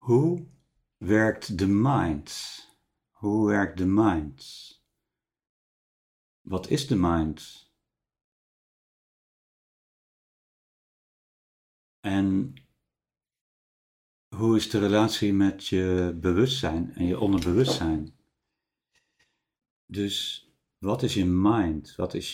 Hoe werkt de mind? Hoe werkt de mind? Wat is de mind? En hoe is de relatie met je bewustzijn en je onderbewustzijn? Dus wat is je mind? Wat is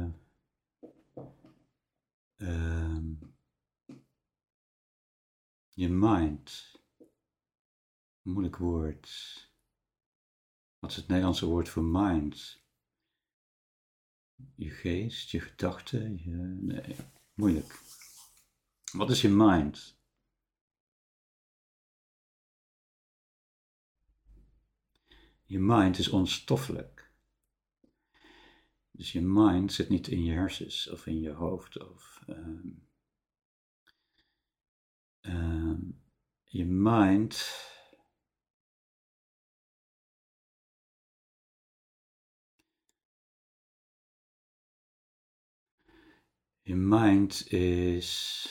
je mind? Moeilijk woord. Wat is het Nederlandse woord voor mind? Je geest, je gedachten, nee, moeilijk. Wat is je mind? Je mind is onstoffelijk. Dus je mind zit niet in je hersens of in je hoofd. Je mind is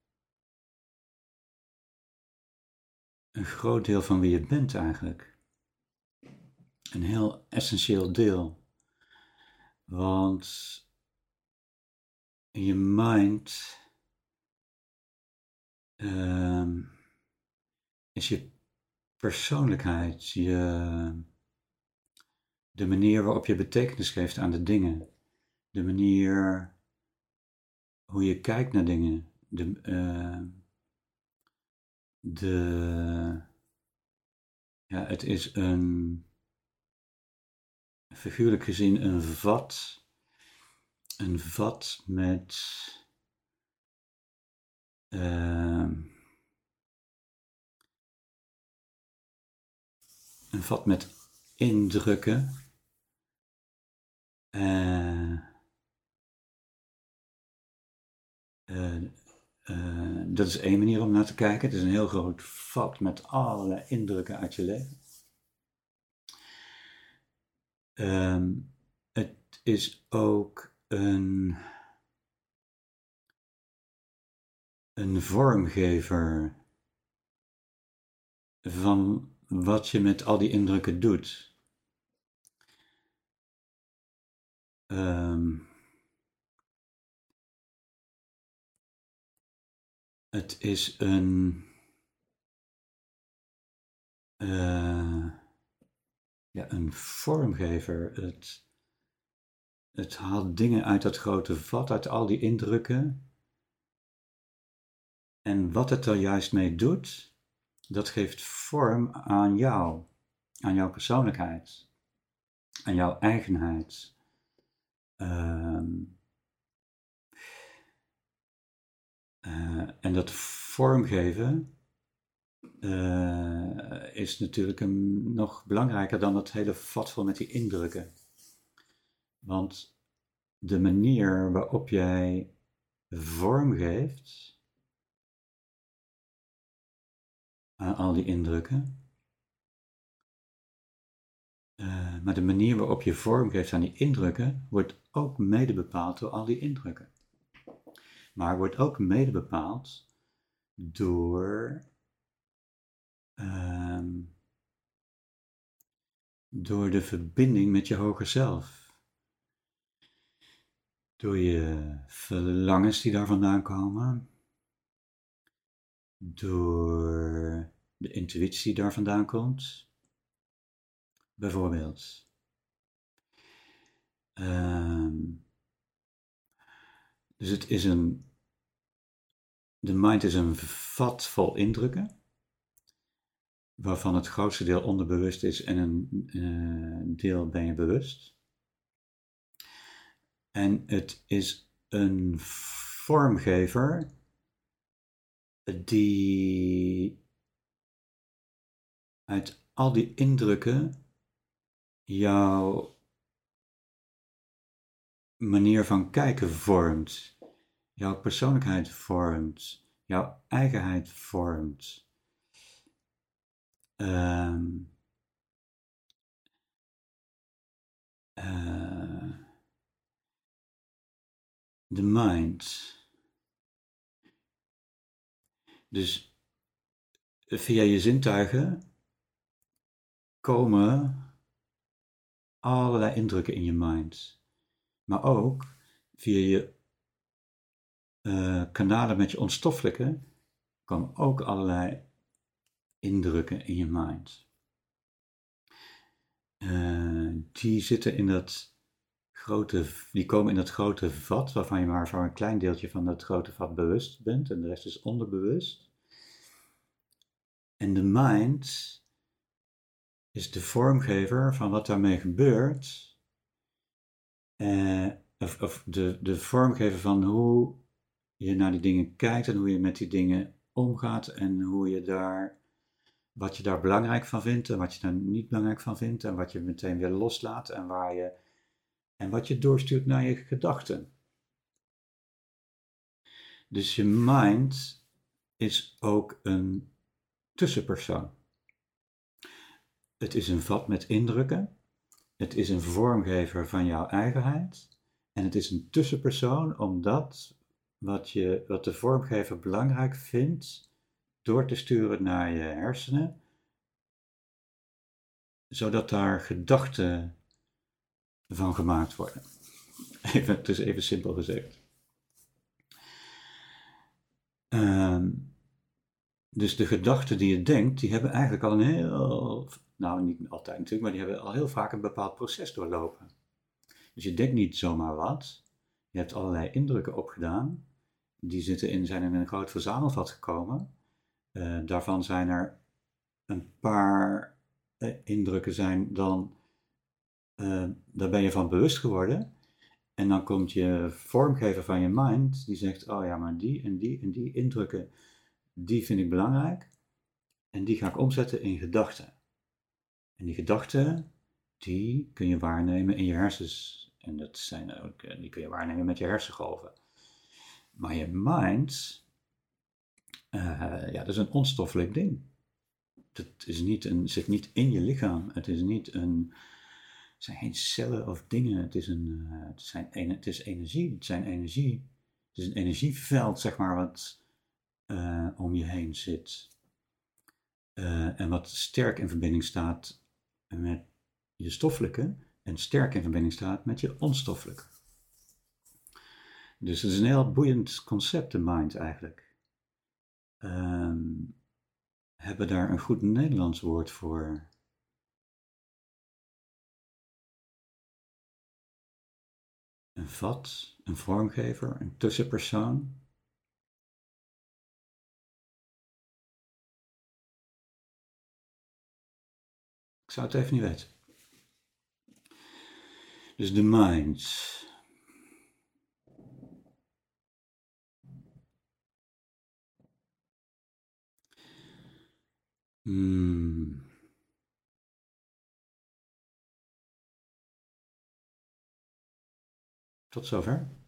een groot deel van wie je bent eigenlijk. Een heel essentieel deel. Want je mind is je persoonlijkheid, de manier waarop je betekenis geeft aan de dingen, de manier hoe je kijkt naar dingen, het is figuurlijk gezien een vat met indrukken. Dat is één manier om naar te kijken. Het is een heel groot vat met allerlei indrukken uit je leven. Het is ook een vormgever van wat je met al die indrukken doet. Het is een vormgever. Het haalt dingen uit dat grote vat, uit al die indrukken. En wat het er juist mee doet, dat geeft vorm aan jou, aan jouw persoonlijkheid, aan jouw eigenheid. En dat vormgeven is natuurlijk nog belangrijker dan het hele vat vol met die indrukken. Want de manier waarop jij vorm geeft aan al die indrukken, maar de manier waarop je vorm geeft aan die indrukken, wordt ook mede bepaald door al die indrukken. Maar wordt ook mede bepaald door de verbinding met je hoger zelf. Door je verlangens die daar vandaan komen. Door de intuïtie die daar vandaan komt. Bijvoorbeeld. Dus de mind is een vat vol indrukken. Waarvan het grootste deel onderbewust is en een deel ben je bewust. En het is een vormgever die uit al die indrukken jouw manier van kijken vormt, jouw persoonlijkheid vormt, jouw eigenheid vormt. De mind. Dus via je zintuigen komen allerlei indrukken in je mind. Maar ook via je kanalen met je onstoffelijke komen ook allerlei indrukken in je mind. Die komen in dat grote vat, waarvan je maar voor een klein deeltje van dat grote vat bewust bent en de rest is onderbewust. En de mind is de vormgever van wat daarmee gebeurt. Of de vormgever van hoe je naar die dingen kijkt en hoe je met die dingen omgaat en wat je daar belangrijk van vindt en wat je daar niet belangrijk van vindt en wat je meteen weer loslaat en wat je doorstuurt naar je gedachten. Dus je mind is ook een tussenpersoon. Het is een vat met indrukken. Het is een vormgever van jouw eigenheid. En het is een tussenpersoon omdat wat de vormgever belangrijk vindt door te sturen naar je hersenen, zodat daar gedachten van gemaakt worden. Het is even simpel gezegd. Dus de gedachten die je denkt, die hebben eigenlijk al niet altijd natuurlijk, maar die hebben al heel vaak een bepaald proces doorlopen. Dus je denkt niet zomaar wat. Je hebt allerlei indrukken opgedaan. Die zijn in een groot verzamelvat gekomen. Daarvan zijn er een paar indrukken daar ben je van bewust geworden. En dan komt je vormgever van je mind, die zegt, oh ja, maar die en die en die indrukken, die vind ik belangrijk. En die ga ik omzetten in gedachten. En die gedachten, die kun je waarnemen in je hersens. En die kun je waarnemen met je hersengolven. Maar je mind, dat is een onstoffelijk ding. Zit niet in je lichaam. Het zijn geen cellen of dingen. Het is energie. Het zijn energie. Het is een energieveld, zeg maar, wat om je heen zit. En wat sterk in verbinding staat met je stoffelijke en sterk in verbinding staat met je onstoffelijke. Dus het is een heel boeiend concept, de mind eigenlijk. Hebben daar een goed Nederlands woord voor? Een vat, een vormgever, een tussenpersoon. Ik zou het even niet weten. Dus de mind. Tot zover.